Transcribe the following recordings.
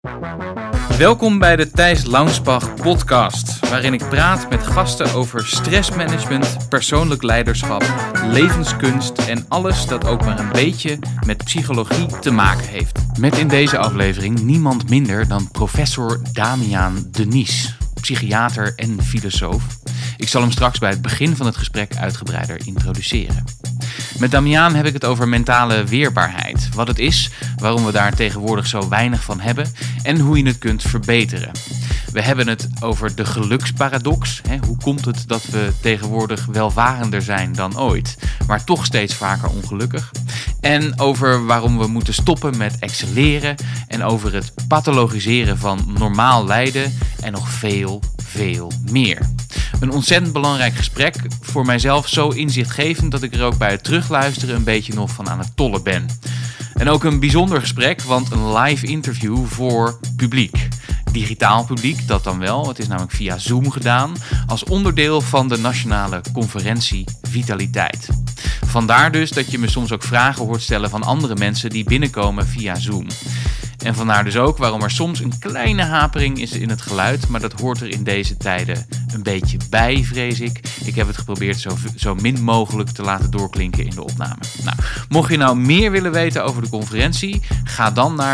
Welkom bij de Thijs Launsbach podcast, waarin ik praat met gasten over stressmanagement, persoonlijk leiderschap, levenskunst en alles dat ook maar een beetje met psychologie te maken heeft. Met in deze aflevering niemand minder dan professor Damiaan de Nies, psychiater en filosoof. Ik zal hem straks bij het begin van het gesprek uitgebreider introduceren. Met Damiaan heb ik het over mentale weerbaarheid. Wat het is, waarom we daar tegenwoordig zo weinig van hebben en hoe je het kunt verbeteren. We hebben het over de geluksparadox. Hoe komt het dat we tegenwoordig welvarender zijn dan ooit, maar toch steeds vaker ongelukkig? En over waarom we moeten stoppen met excelleren en over het pathologiseren van normaal lijden en nog veel meer. Een ontzettend belangrijk gesprek, voor mijzelf zo inzichtgevend dat ik er ook bij het terugluisteren een beetje nog van aan het tollen ben. En ook een bijzonder gesprek, want een live interview voor publiek. Digitaal publiek, dat dan wel. Het is namelijk via Zoom gedaan, als onderdeel van de nationale conferentie Vitaliteit. Vandaar dus dat je me soms ook vragen hoort stellen van andere mensen die binnenkomen via Zoom. En vandaar dus ook waarom er soms een kleine hapering is in het geluid, maar dat hoort er in deze tijden een beetje bij, vrees ik. Ik heb het geprobeerd zo min mogelijk te laten doorklinken in de opname. Nou, mocht je nou meer willen weten over de conferentie, ga dan naar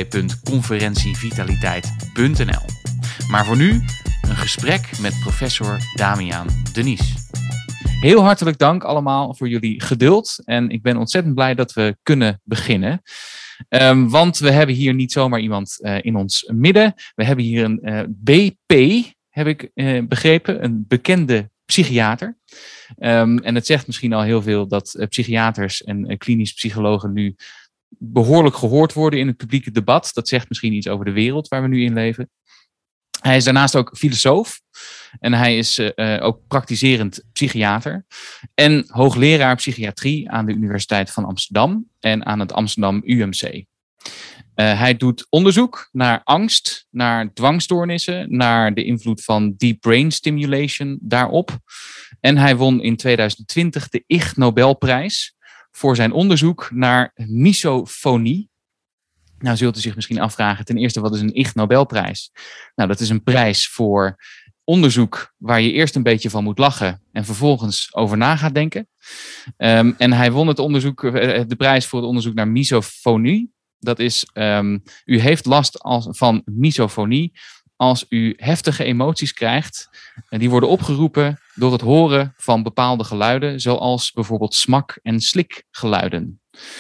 www.conferentievitaliteit.nl. Maar voor nu, een gesprek met professor Damiaan de Nies. Heel hartelijk dank allemaal voor jullie geduld en ik ben ontzettend blij dat we kunnen beginnen. Want we hebben hier niet zomaar iemand in ons midden. We hebben hier een BP, heb ik begrepen, een bekende psychiater. En het zegt misschien al heel veel dat psychiaters en klinisch psychologen nu behoorlijk gehoord worden in het publieke debat. Dat zegt misschien iets over de wereld waar we nu in leven. Hij is daarnaast ook filosoof en hij is ook praktiserend psychiater en hoogleraar psychiatrie aan de Universiteit van Amsterdam en aan het Amsterdam UMC. Hij doet onderzoek naar angst, naar dwangstoornissen, naar de invloed van deep brain stimulation daarop. En hij won in 2020 de Ig Nobelprijs voor zijn onderzoek naar misofonie. Nou, zult u zich misschien afvragen, ten eerste, wat is een Ig Nobelprijs? Nou, dat is een prijs voor onderzoek waar je eerst een beetje van moet lachen en vervolgens over na gaat denken. En hij won de prijs voor het onderzoek naar misofonie. Dat is, u heeft last van misofonie als u heftige emoties krijgt. En die worden opgeroepen door het horen van bepaalde geluiden, zoals bijvoorbeeld smak- en slikgeluiden.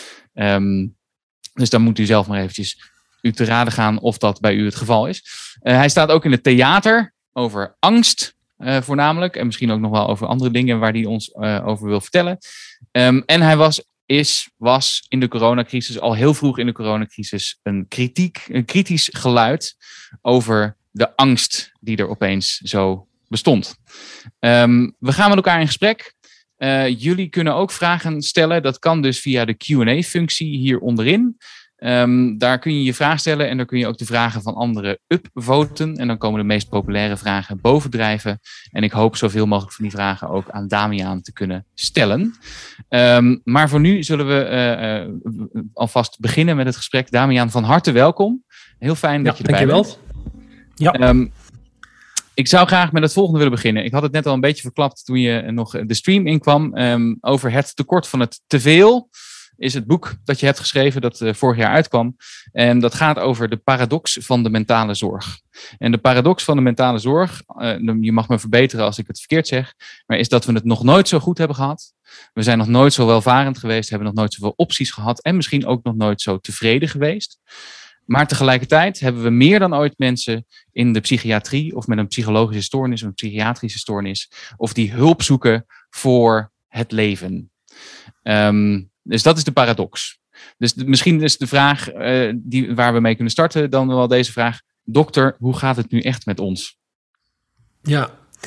Dus dan moet u zelf maar eventjes u te raden gaan of dat bij u het geval is. Hij staat ook in het theater over angst voornamelijk. En misschien ook nog wel over andere dingen waar hij ons over wil vertellen. En hij was in de coronacrisis, al heel vroeg in de coronacrisis, een kritisch geluid over de angst die er opeens zo bestond. We gaan met elkaar in gesprek. Jullie kunnen ook vragen stellen. Dat kan dus via de Q&A-functie hier onderin. Daar kun je je vraag stellen en dan kun je ook de vragen van anderen upvoten. En dan komen de meest populaire vragen bovendrijven. En ik hoop zoveel mogelijk van die vragen ook aan Damiaan te kunnen stellen. Maar voor nu zullen we alvast beginnen met het gesprek. Damiaan, van harte welkom. Heel fijn dat je erbij bent. Ja. Ik zou graag met het volgende willen beginnen. Ik had het net al een beetje verklapt toen je nog de stream inkwam. Over het tekort van het teveel is het boek dat je hebt geschreven dat vorig jaar uitkwam. En dat gaat over de paradox van de mentale zorg. En de paradox van de mentale zorg, je mag me verbeteren als ik het verkeerd zeg, maar is dat we het nog nooit zo goed hebben gehad. We zijn nog nooit zo welvarend geweest, hebben nog nooit zoveel opties gehad en misschien ook nog nooit zo tevreden geweest. Maar tegelijkertijd hebben we meer dan ooit mensen in de psychiatrie of met een psychologische stoornis of een psychiatrische stoornis of die hulp zoeken voor het leven. Dus dat is de paradox. Dus misschien is de vraag waar we mee kunnen starten dan wel deze vraag. Dokter, hoe gaat het nu echt met ons? Ja,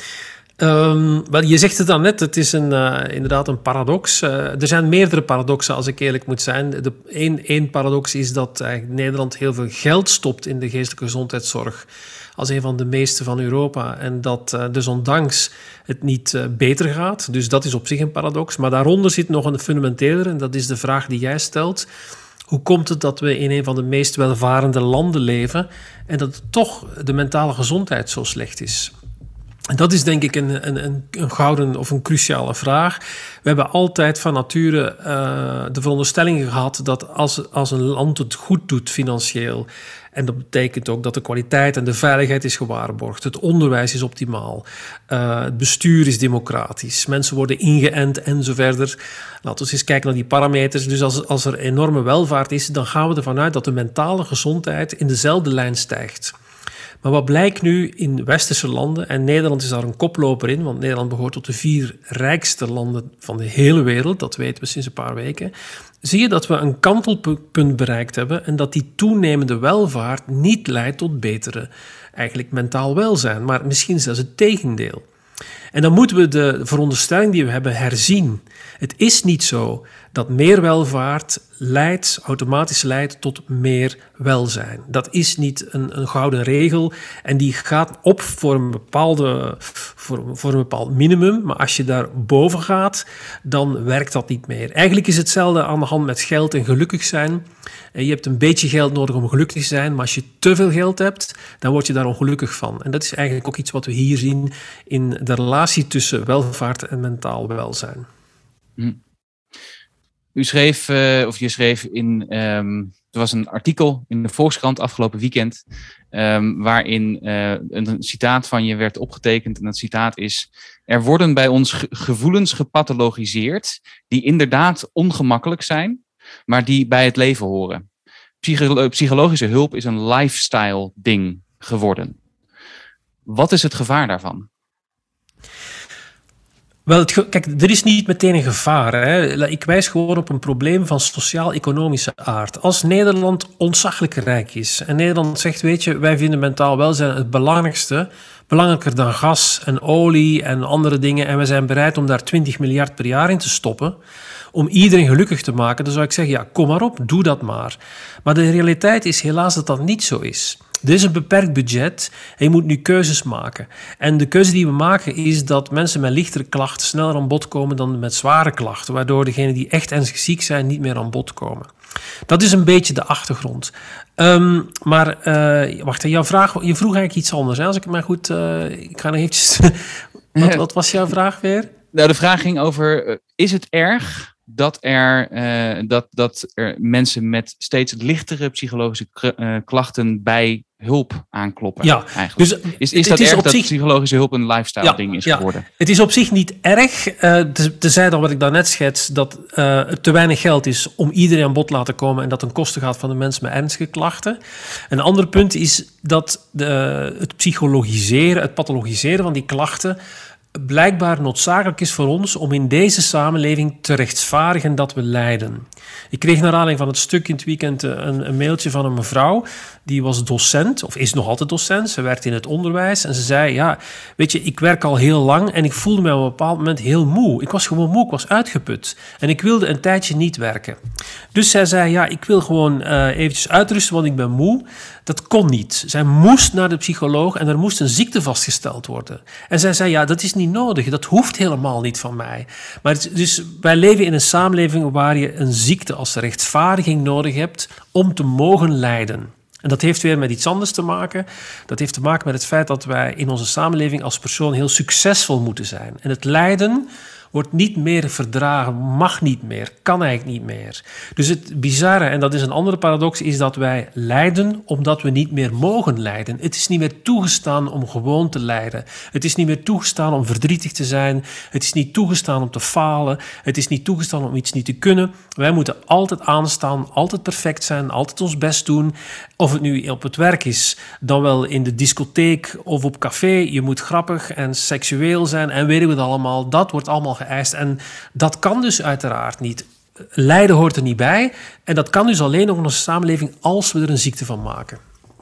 wel, je zegt het dan net, het is inderdaad een paradox. Er zijn meerdere paradoxen, als ik eerlijk moet zijn. Eén paradox is dat Nederland heel veel geld stopt in de geestelijke gezondheidszorg, als een van de meeste van Europa. En dat dus ondanks het niet beter gaat. Dus dat is op zich een paradox. Maar daaronder zit nog een fundamenteler, en dat is de vraag die jij stelt. Hoe komt het dat we in een van de meest welvarende landen leven en dat toch de mentale gezondheid zo slecht is? En dat is denk ik een gouden of een cruciale vraag. We hebben altijd van nature de veronderstelling gehad dat als een land het goed doet financieel, en dat betekent ook dat de kwaliteit en de veiligheid is gewaarborgd, het onderwijs is optimaal, het bestuur is democratisch, mensen worden ingeënt en zo verder. Laten we eens kijken naar die parameters. Dus als er enorme welvaart is, dan gaan we ervan uit dat de mentale gezondheid in dezelfde lijn stijgt. Maar wat blijkt nu in westerse landen, en Nederland is daar een koploper in, want Nederland behoort tot de 4 rijkste landen van de hele wereld, dat weten we sinds een paar weken, zie je dat we een kantelpunt bereikt hebben en dat die toenemende welvaart niet leidt tot betere, eigenlijk mentaal welzijn, maar misschien zelfs het tegendeel. En dan moeten we de veronderstelling die we hebben herzien. Het is niet zo dat meer welvaart automatisch leidt tot meer welzijn. Dat is niet een gouden regel en die gaat op voor een bepaald minimum. Maar als je daar boven gaat, dan werkt dat niet meer. Eigenlijk is hetzelfde aan de hand met geld en gelukkig zijn. Je hebt een beetje geld nodig om gelukkig te zijn, maar als je te veel geld hebt, dan word je daar ongelukkig van. En dat is eigenlijk ook iets wat we hier zien in de relatie tussen welvaart en mentaal welzijn. U schreef, je schreef in, er was een artikel in de Volkskrant afgelopen weekend, waarin een citaat van je werd opgetekend. En dat citaat is: er worden bij ons gevoelens gepathologiseerd die inderdaad ongemakkelijk zijn, maar die bij het leven horen. Psychologische hulp is een lifestyle ding geworden. Wat is het gevaar daarvan? Wel, kijk, er is niet meteen een gevaar. Hè. Ik wijs gewoon op een probleem van sociaal-economische aard. Als Nederland ontzaglijk rijk is en Nederland zegt, weet je, wij vinden mentaal welzijn het belangrijkste, belangrijker dan gas en olie en andere dingen, en we zijn bereid om daar 20 miljard per jaar in te stoppen, om iedereen gelukkig te maken, dan zou ik zeggen, ja, kom maar op, doe dat maar. Maar de realiteit is helaas dat dat niet zo is. Er is een beperkt budget en je moet nu keuzes maken. En de keuze die we maken is dat mensen met lichtere klachten sneller aan bod komen dan met zware klachten, waardoor degenen die echt ernstig ziek zijn niet meer aan bod komen. Dat is een beetje de achtergrond. Maar wacht, je vroeg eigenlijk iets anders. Hè? Als ik het maar goed... ik ga nog eventjes... Wat was jouw vraag weer? Nou, de vraag ging over, is het erg dat er mensen met steeds lichtere psychologische klachten bij hulp aankloppen? Ja, eigenlijk. Dus is dat erg dat psychologische hulp een lifestyle ding is geworden? Ja. Het is op zich niet erg. Tenzij dan wat ik daarnet schets, dat het te weinig geld is om iedereen aan bod te laten komen en dat ten koste gaat van de mensen met ernstige klachten. Een ander punt is dat het psychologiseren, het pathologiseren van die klachten blijkbaar noodzakelijk is voor ons om in deze samenleving te rechtvaardigen dat we lijden. Ik kreeg naar aanleiding van het stuk in het weekend een mailtje van een mevrouw, die was docent, of is nog altijd docent, ze werkt in het onderwijs, en ze zei, ja, weet je, ik werk al heel lang en ik voelde me op een bepaald moment heel moe. Ik was gewoon moe, ik was uitgeput en ik wilde een tijdje niet werken. Dus zij zei, ja, ik wil gewoon eventjes uitrusten, want ik ben moe. Dat kon niet. Zij moest naar de psycholoog en er moest een ziekte vastgesteld worden. En zij zei, ja, dat is niet nodig. Dat hoeft helemaal niet van mij. Maar dus wij leven in een samenleving waar je een ziekte als rechtvaardiging nodig hebt om te mogen lijden. En dat heeft weer met iets anders te maken. Dat heeft te maken met het feit dat wij in onze samenleving als persoon heel succesvol moeten zijn. En het lijden wordt niet meer verdragen, mag niet meer, kan eigenlijk niet meer. Dus het bizarre, en dat is een andere paradox, is dat wij lijden omdat we niet meer mogen lijden. Het is niet meer toegestaan om gewoon te lijden. Het is niet meer toegestaan om verdrietig te zijn. Het is niet toegestaan om te falen. Het is niet toegestaan om iets niet te kunnen. Wij moeten altijd aanstaan, altijd perfect zijn, altijd ons best doen. Of het nu op het werk is, dan wel in de discotheek of op café. Je moet grappig en seksueel zijn en weet ik wat allemaal. Dat wordt allemaal geëist. En dat kan dus uiteraard niet. Lijden hoort er niet bij. En dat kan dus alleen nog in onze samenleving als we er een ziekte van maken.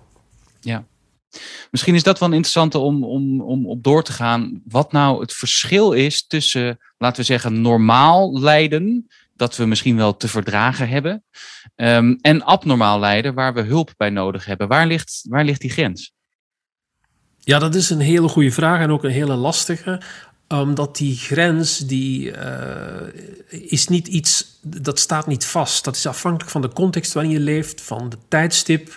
Ja. Misschien is dat wel interessant om op door te gaan. Wat nou het verschil is tussen, laten we zeggen, normaal lijden, dat we misschien wel te verdragen hebben, en abnormaal lijden, waar we hulp bij nodig hebben. Waar ligt die grens? Ja, dat is een hele goede vraag en ook een hele lastige. Omdat die grens, is niet iets, dat staat niet vast. Dat is afhankelijk van de context waarin je leeft, van de tijdstip,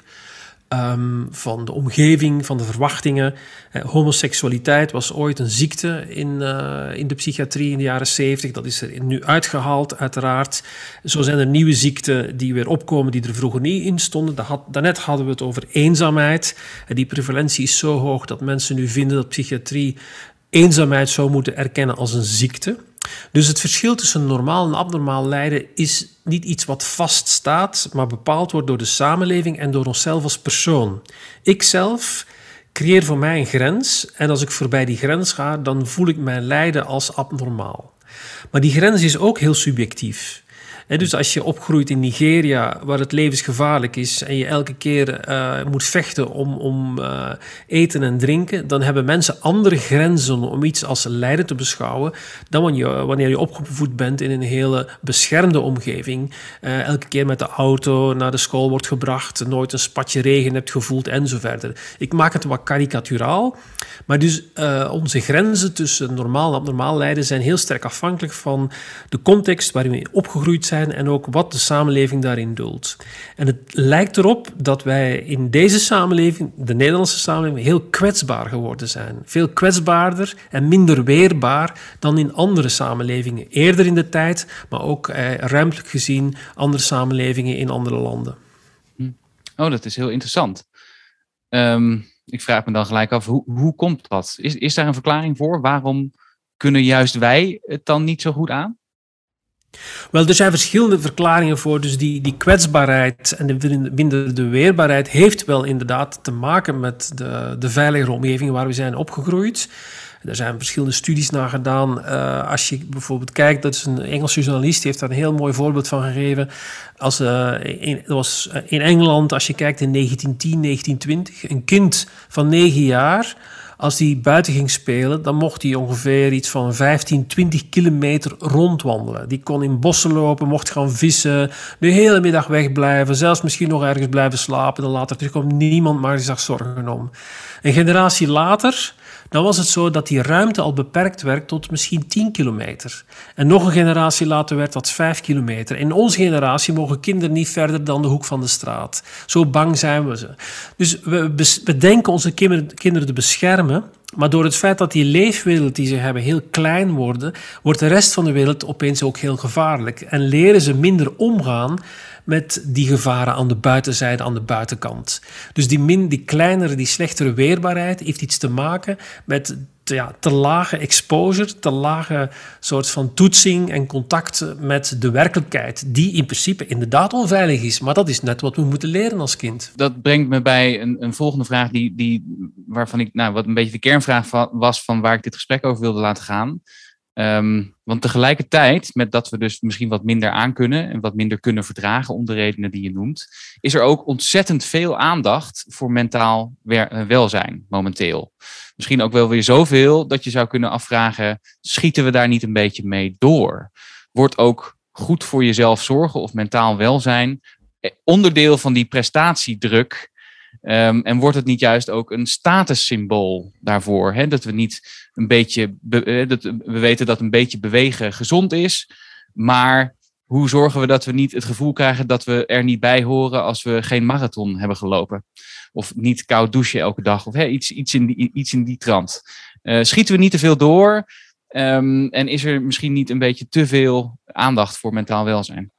van de omgeving, van de verwachtingen. Homoseksualiteit was ooit een ziekte in de psychiatrie in de jaren 70. Dat is er nu uitgehaald, uiteraard. Zo zijn er nieuwe ziekten die weer opkomen, die er vroeger niet in stonden. Daarnet hadden we het over eenzaamheid. Die prevalentie is zo hoog dat mensen nu vinden dat psychiatrie eenzaamheid zou moeten erkennen als een ziekte. Dus het verschil tussen normaal en abnormaal lijden is niet iets wat vaststaat, maar bepaald wordt door de samenleving en door onszelf als persoon. Ik zelf creëer voor mij een grens en als ik voorbij die grens ga, dan voel ik mijn lijden als abnormaal. Maar die grens is ook heel subjectief. Dus als je opgroeit in Nigeria, waar het levensgevaarlijk is en je elke keer moet vechten om eten en drinken, dan hebben mensen andere grenzen om iets als lijden te beschouwen dan wanneer je opgevoed bent in een hele beschermde omgeving. Elke keer met de auto naar de school wordt gebracht, nooit een spatje regen hebt gevoeld en zo verder. Ik maak het wat karikaturaal, maar dus onze grenzen tussen normaal en abnormaal lijden zijn heel sterk afhankelijk van de context waarin we opgegroeid zijn en ook wat de samenleving daarin duldt. En het lijkt erop dat wij in deze samenleving, de Nederlandse samenleving, heel kwetsbaar geworden zijn. Veel kwetsbaarder en minder weerbaar dan in andere samenlevingen. Eerder in de tijd, maar ook ruimtelijk gezien andere samenlevingen in andere landen. Oh, dat is heel interessant. Ik vraag me dan gelijk af, hoe komt dat? Is daar een verklaring voor? Waarom kunnen juist wij het dan niet zo goed aan? Wel, er zijn verschillende verklaringen voor. Dus die kwetsbaarheid en de weerbaarheid heeft wel inderdaad te maken met de veiligere omgeving waar we zijn opgegroeid. Er zijn verschillende studies naar gedaan. Als je bijvoorbeeld kijkt, dat is een Engelse journalist, die heeft daar een heel mooi voorbeeld van gegeven. Dat was in Engeland, als je kijkt in 1910, 1920, een kind van 9 jaar... Als die buiten ging spelen, dan mocht hij ongeveer iets van 15, 20 kilometer rondwandelen. Die kon in bossen lopen, mocht gaan vissen, de hele middag wegblijven, zelfs misschien nog ergens blijven slapen. Dan later terugkomt niemand maar die zich zorgen om. Een generatie later, dan was het zo dat die ruimte al beperkt werd tot misschien 10 kilometer. En nog een generatie later werd dat 5 kilometer. In onze generatie mogen kinderen niet verder dan de hoek van de straat. Zo bang zijn we ze. Dus we denken onze kinderen te beschermen, maar door het feit dat die leefwereld die ze hebben heel klein worden, wordt de rest van de wereld opeens ook heel gevaarlijk. En leren ze minder omgaan met die gevaren aan de buitenzijde, aan de buitenkant. Dus die kleinere, die slechtere weerbaarheid heeft iets te maken met te lage exposure, te lage soort van toetsing en contact met de werkelijkheid, die in principe inderdaad onveilig is. Maar dat is net wat we moeten leren als kind. Dat brengt me bij een volgende vraag, waarvan ik, wat een beetje de kernvraag was van waar ik dit gesprek over wilde laten gaan. Want tegelijkertijd, met dat we dus misschien wat minder aankunnen en wat minder kunnen verdragen om de redenen die je noemt, is er ook ontzettend veel aandacht voor mentaal welzijn momenteel. Misschien ook wel weer zoveel dat je zou kunnen afvragen, schieten we daar niet een beetje mee door? Wordt ook goed voor jezelf zorgen of mentaal welzijn onderdeel van die prestatiedruk? En wordt het niet juist ook een statussymbool daarvoor? Hè? Dat we niet een beetje we weten dat een beetje bewegen gezond is, maar hoe zorgen we dat we niet het gevoel krijgen dat we er niet bij horen als we geen marathon hebben gelopen? Of niet koud douchen elke dag, of iets in die trant. Schieten we niet te veel door? En is er misschien niet een beetje te veel aandacht voor mentaal welzijn?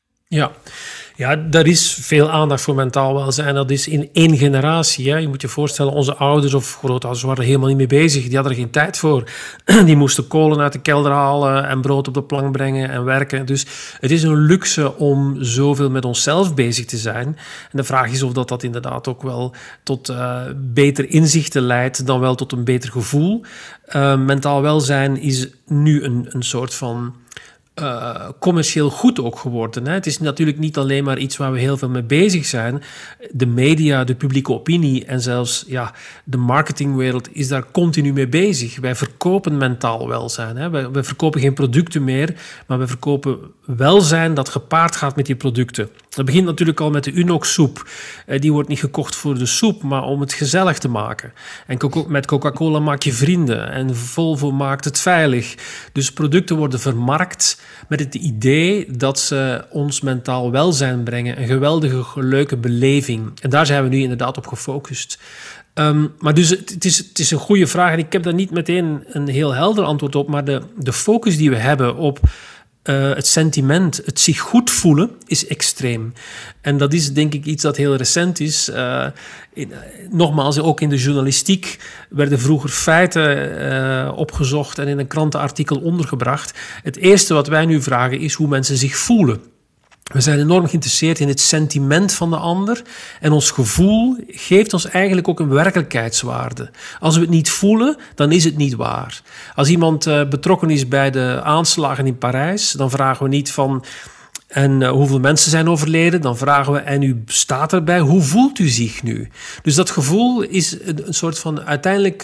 Ja, er is veel aandacht voor mentaal welzijn. Dat is in 1 generatie. Hè. Je moet je voorstellen, onze ouders of grootouders waren er helemaal niet mee bezig. Die hadden er geen tijd voor. Die moesten kolen uit de kelder halen en brood op de plank brengen en werken. Dus het is een luxe om zoveel met onszelf bezig te zijn. En de vraag is of dat inderdaad ook wel tot beter inzichten leidt dan wel tot een beter gevoel. Mentaal welzijn is nu een soort van commercieel goed ook geworden. Hè? Het is natuurlijk niet alleen maar iets waar we heel veel mee bezig zijn. De media, de publieke opinie en zelfs de marketingwereld is daar continu mee bezig. Wij verkopen mentaal welzijn. Hè? Wij verkopen geen producten meer, maar we verkopen welzijn dat gepaard gaat met die producten. Dat begint natuurlijk al met de Unox-soep. Die wordt niet gekocht voor de soep, maar om het gezellig te maken. En met Coca-Cola maak je vrienden en Volvo maakt het veilig. Dus producten worden vermarkt met het idee dat ze ons mentaal welzijn brengen. Een geweldige, leuke beleving. En daar zijn we nu inderdaad op gefocust. Maar dus het is een goede vraag en ik heb daar niet meteen een heel helder antwoord op, maar de focus die we hebben op het sentiment, het zich goed voelen, is extreem. En dat is denk ik iets dat heel recent is. Nogmaals, ook in de journalistiek werden vroeger feiten opgezocht en in een krantenartikel ondergebracht. Het eerste wat wij nu vragen is hoe mensen zich voelen. We zijn enorm geïnteresseerd in het sentiment van de ander. En ons gevoel geeft ons eigenlijk ook een werkelijkheidswaarde. Als we het niet voelen, dan is het niet waar. Als iemand betrokken is bij de aanslagen in Parijs, dan vragen we niet van en hoeveel mensen zijn overleden. Dan vragen we, en u staat erbij, hoe voelt u zich nu? Dus dat gevoel is een soort van uiteindelijk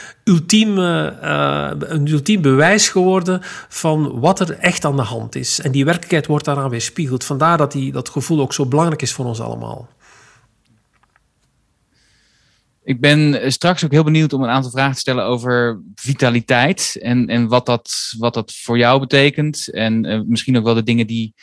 een ultiem bewijs geworden van wat er echt aan de hand is. En die werkelijkheid wordt daaraan weerspiegeld. Vandaar dat dat gevoel ook zo belangrijk is voor ons allemaal. Ik ben straks ook heel benieuwd om een aantal vragen te stellen over vitaliteit en wat dat voor jou betekent. En misschien ook wel de dingen die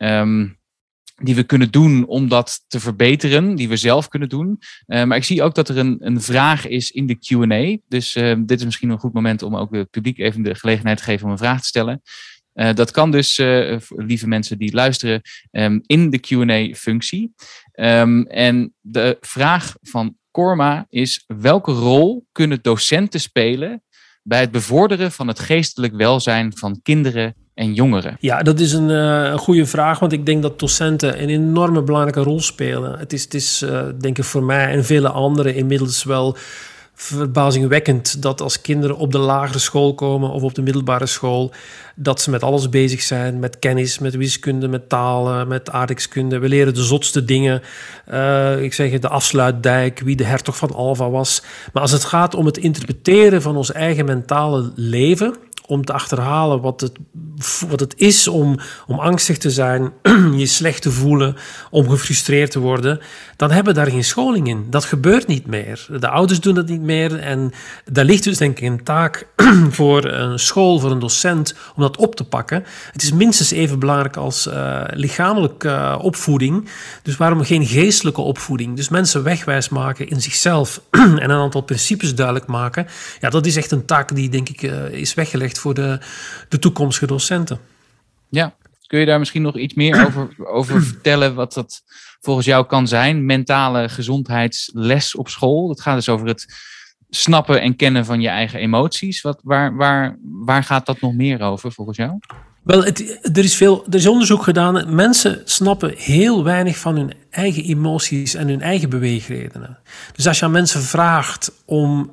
we kunnen doen om dat te verbeteren, die we zelf kunnen doen. Maar ik zie ook dat er een vraag is in de Q&A. Dus dit is misschien een goed moment om ook het publiek even de gelegenheid te geven om een vraag te stellen. Dat kan dus, lieve mensen die luisteren, in de Q&A-functie. En de vraag van Korma is: welke rol kunnen docenten spelen bij het bevorderen van het geestelijk welzijn van kinderen en jongeren? Ja, dat is een goede vraag, want ik denk dat docenten een enorme belangrijke rol spelen. Het is denk ik voor mij en vele anderen inmiddels wel verbazingwekkend dat als kinderen op de lagere school komen of op de middelbare school, dat ze met alles bezig zijn, met kennis, met wiskunde, met talen, met aardrijkskunde. We leren de zotste dingen. Ik zeg de afsluitdijk, wie de hertog van Alva was. Maar als het gaat om het interpreteren van ons eigen mentale leven, om te achterhalen wat het is om angstig te zijn, je slecht te voelen, om gefrustreerd te worden, dan hebben we daar geen scholing in. Dat gebeurt niet meer. De ouders doen dat niet meer. En daar ligt dus denk ik een taak voor een school, voor een docent, om dat op te pakken. Het is minstens even belangrijk als lichamelijke opvoeding. Dus waarom geen geestelijke opvoeding? Dus mensen wegwijs maken in zichzelf en een aantal principes duidelijk maken. Ja, dat is echt een taak die denk ik is weggelegd voor de toekomstige docenten. Ja, kun je daar misschien nog iets meer over vertellen wat dat volgens jou kan zijn? Mentale gezondheidsles op school. Dat gaat dus over het snappen en kennen van je eigen emoties. Waar gaat dat nog meer over volgens jou? Wel, er is onderzoek gedaan. Mensen snappen heel weinig van hun eigen emoties en hun eigen beweegredenen. Dus als je aan mensen vraagt om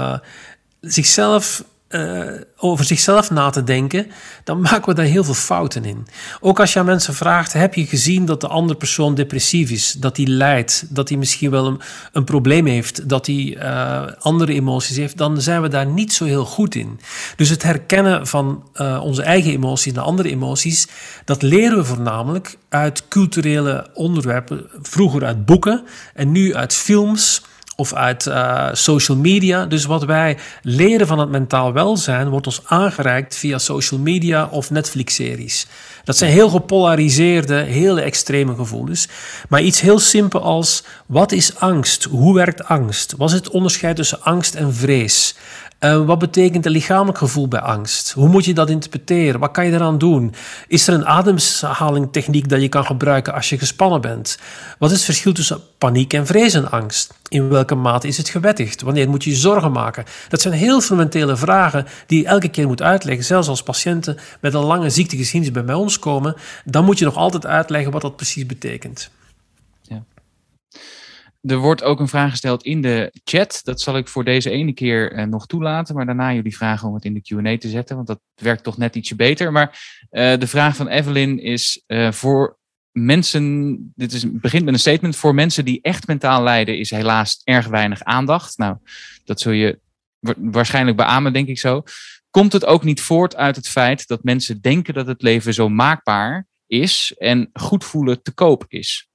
over zichzelf na te denken, dan maken we daar heel veel fouten in. Ook als je aan mensen vraagt, heb je gezien dat de andere persoon depressief is, dat hij lijdt, dat hij misschien wel een probleem heeft, dat hij andere emoties heeft, dan zijn we daar niet zo heel goed in. Dus het herkennen van onze eigen emoties en de andere emoties, dat leren we voornamelijk uit culturele onderwerpen, vroeger uit boeken en nu uit films of uit social media. Dus wat wij leren van het mentaal welzijn wordt ons aangereikt via social media of Netflix-series. Dat zijn heel gepolariseerde, hele extreme gevoelens. Maar iets heel simpel als, wat is angst? Hoe werkt angst? Wat is het onderscheid tussen angst en vrees? Wat betekent een lichamelijk gevoel bij angst? Hoe moet je dat interpreteren? Wat kan je eraan doen? Is er een ademhalingtechniek dat je kan gebruiken als je gespannen bent? Wat is het verschil tussen paniek en vrees en angst? In welke mate is het gewettigd? Wanneer moet je je zorgen maken? Dat zijn heel fundamentele vragen die je elke keer moet uitleggen. Zelfs als patiënten met een lange ziektegeschiedenis bij ons komen, dan moet je nog altijd uitleggen wat dat precies betekent. Ja. Er wordt ook een vraag gesteld in de chat. Dat zal ik voor deze ene keer nog toelaten. Maar daarna jullie vragen om het in de Q&A te zetten. Want dat werkt toch net ietsje beter. Maar de vraag van Evelyn is voor mensen... begint met een statement. Voor mensen die echt mentaal lijden is helaas erg weinig aandacht. Nou, dat zul je waarschijnlijk beamen, denk ik zo. Komt het ook niet voort uit het feit dat mensen denken dat het leven zo maakbaar is en goed voelen te koop is?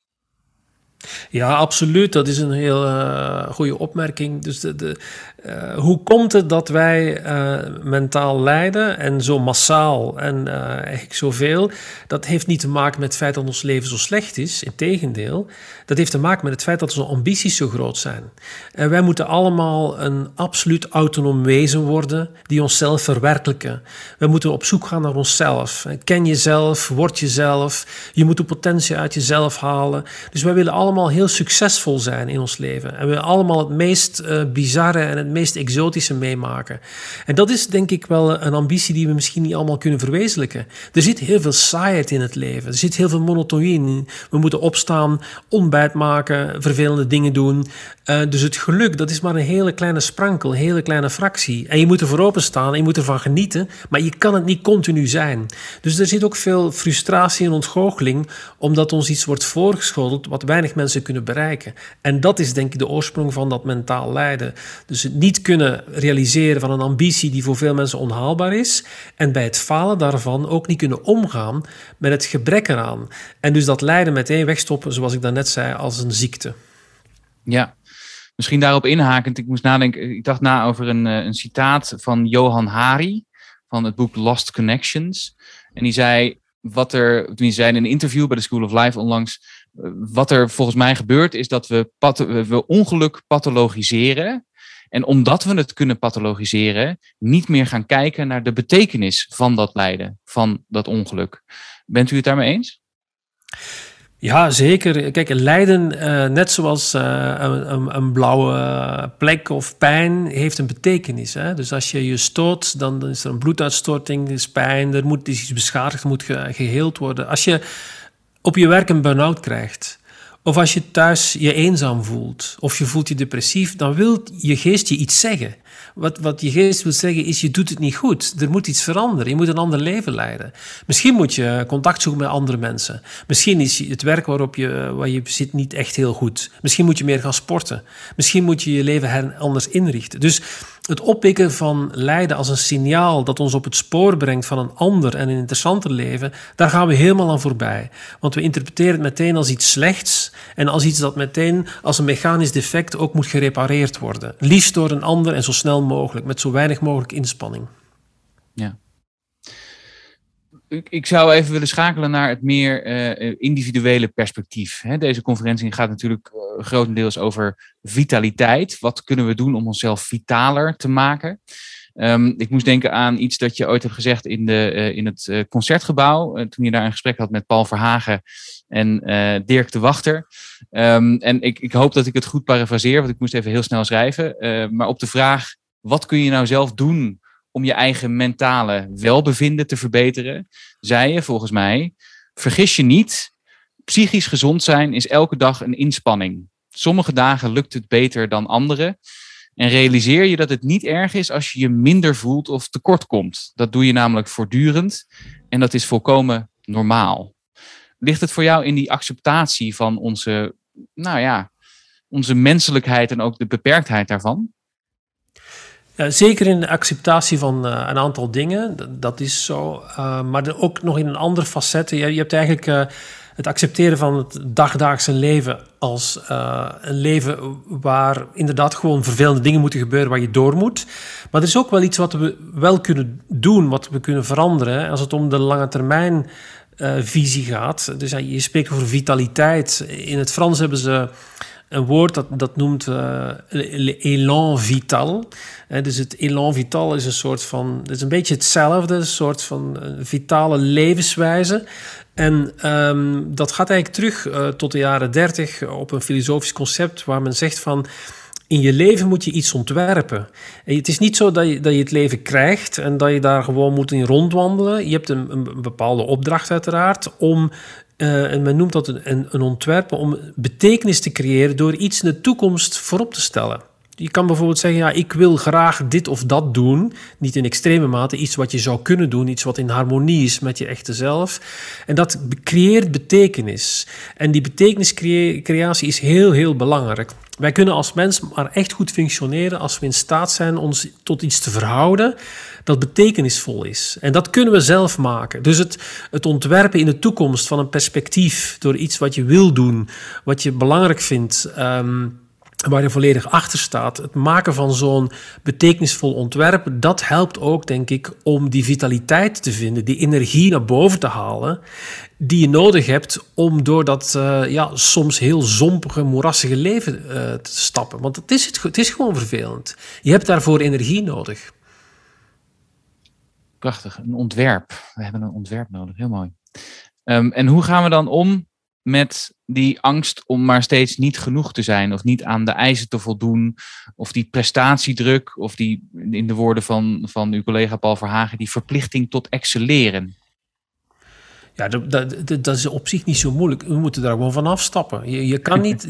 Ja, absoluut. Dat is een heel goede opmerking. Dus hoe komt het dat wij mentaal lijden en zo massaal en eigenlijk zoveel? Dat heeft niet te maken met het feit dat ons leven zo slecht is. Integendeel, dat heeft te maken met het feit dat onze ambities zo groot zijn. En wij moeten allemaal een absoluut autonoom wezen worden die onszelf verwerkelijken. We moeten op zoek gaan naar onszelf. Ken jezelf, word jezelf. Je moet de potentie uit jezelf halen. Dus wij willen allemaal heel succesvol zijn in ons leven. En we willen allemaal het meest bizarre en het meest exotische meemaken. En dat is denk ik wel een ambitie die we misschien niet allemaal kunnen verwezenlijken. Er zit heel veel saaiheid in het leven. Er zit heel veel monotonie in. We moeten opstaan, ontbijt maken, vervelende dingen doen. Dus het geluk, dat is maar een hele kleine sprankel, een hele kleine fractie. En je moet ervoor openstaan en je moet ervan genieten, maar je kan het niet continu zijn. Dus er zit ook veel frustratie en ontgoocheling, omdat ons iets wordt voorgeschoteld wat weinig mensen kunnen bereiken. En dat is denk ik de oorsprong van dat mentaal lijden. Dus het niet kunnen realiseren van een ambitie die voor veel mensen onhaalbaar is, en bij het falen daarvan ook niet kunnen omgaan met het gebrek eraan. En dus dat lijden meteen wegstoppen, zoals ik daarnet zei, als een ziekte. Ja, misschien daarop inhakend. Ik moest nadenken. Ik dacht na over een citaat van Johan Hari van het boek Lost Connections. En die zei in een interview bij de School of Life onlangs, wat er volgens mij gebeurt is dat we ongeluk pathologiseren. En omdat we het kunnen pathologiseren, niet meer gaan kijken naar de betekenis van dat lijden, van dat ongeluk. Bent u het daarmee eens? Ja, zeker. Kijk, lijden, net zoals een blauwe plek of pijn, heeft een betekenis. Hè? Dus als je je stoot, dan is er een bloeduitstorting, er is pijn, er is iets beschadigd, er moet geheeld worden. Als je op je werk een burn-out krijgt, of als je thuis je eenzaam voelt, of je voelt je depressief, dan wil je geest je iets zeggen. Wat je geest wil zeggen is, je doet het niet goed. Er moet iets veranderen. Je moet een ander leven leiden. Misschien moet je contact zoeken met andere mensen. Misschien is het werk waar je zit niet echt heel goed. Misschien moet je meer gaan sporten. Misschien moet je je leven anders inrichten. Dus het oppikken van lijden als een signaal dat ons op het spoor brengt van een ander en een interessanter leven, daar gaan we helemaal aan voorbij. Want we interpreteren het meteen als iets slechts en als iets dat meteen als een mechanisch defect ook moet gerepareerd worden. Liefst door een ander en zo snel mogelijk, met zo weinig mogelijk inspanning. Ja. Ik zou even willen schakelen naar het meer individuele perspectief. Deze conferentie gaat natuurlijk grotendeels over vitaliteit. Wat kunnen we doen om onszelf vitaler te maken? Ik moest denken aan iets dat je ooit hebt gezegd in het Concertgebouw. Toen je daar een gesprek had met Paul Verhagen en Dirk de Wachter. En ik hoop dat ik het goed parafraseer, want ik moest even heel snel schrijven. Maar op de vraag, wat kun je nou zelf doen om je eigen mentale welbevinden te verbeteren, zei je volgens mij, vergis je niet, psychisch gezond zijn is elke dag een inspanning. Sommige dagen lukt het beter dan andere. En realiseer je dat het niet erg is als je je minder voelt of tekort komt. Dat doe je namelijk voortdurend en dat is volkomen normaal. Ligt het voor jou in die acceptatie van onze menselijkheid en ook de beperktheid daarvan? Ja, zeker in de acceptatie van een aantal dingen, dat is zo. Maar ook nog in een andere facet. Je hebt eigenlijk het accepteren van het dagdagse leven als een leven waar inderdaad gewoon vervelende dingen moeten gebeuren, waar je door moet. Maar er is ook wel iets wat we wel kunnen doen, wat we kunnen veranderen, als het om de lange termijn visie gaat. Dus je spreekt over vitaliteit. In het Frans hebben ze een woord dat noemt élan vital. Dus het élan vital is een soort van, het is een beetje hetzelfde, een soort van vitale levenswijze. En dat gaat eigenlijk terug tot de jaren 30 op een filosofisch concept waar men zegt van, in je leven moet je iets ontwerpen. En het is niet zo dat je het leven krijgt en dat je daar gewoon moet in rondwandelen. Je hebt een bepaalde opdracht uiteraard om en men noemt dat een ontwerpen om betekenis te creëren door iets in de toekomst voorop te stellen. Je kan bijvoorbeeld zeggen, ja, ik wil graag dit of dat doen. Niet in extreme mate, iets wat je zou kunnen doen. Iets wat in harmonie is met je echte zelf. En dat creëert betekenis. En die betekeniscreatie is heel, heel belangrijk. Wij kunnen als mens maar echt goed functioneren als we in staat zijn ons tot iets te verhouden dat betekenisvol is. En dat kunnen we zelf maken. Dus het ontwerpen in de toekomst van een perspectief door iets wat je wil doen, wat je belangrijk vindt, waar je volledig achter staat. Het maken van zo'n betekenisvol ontwerp, dat helpt ook, denk ik, om die vitaliteit te vinden, die energie naar boven te halen, die je nodig hebt om door dat soms heel zompige, moerassige leven te stappen. Want het is gewoon vervelend. Je hebt daarvoor energie nodig. Prachtig, een ontwerp. We hebben een ontwerp nodig, heel mooi. En hoe gaan we dan om met die angst om maar steeds niet genoeg te zijn of niet aan de eisen te voldoen of die prestatiedruk of die, in de woorden van uw collega Paul Verhagen, die verplichting tot excelleren? Ja, dat is op zich niet zo moeilijk. We moeten daar gewoon van afstappen. Je kan niet...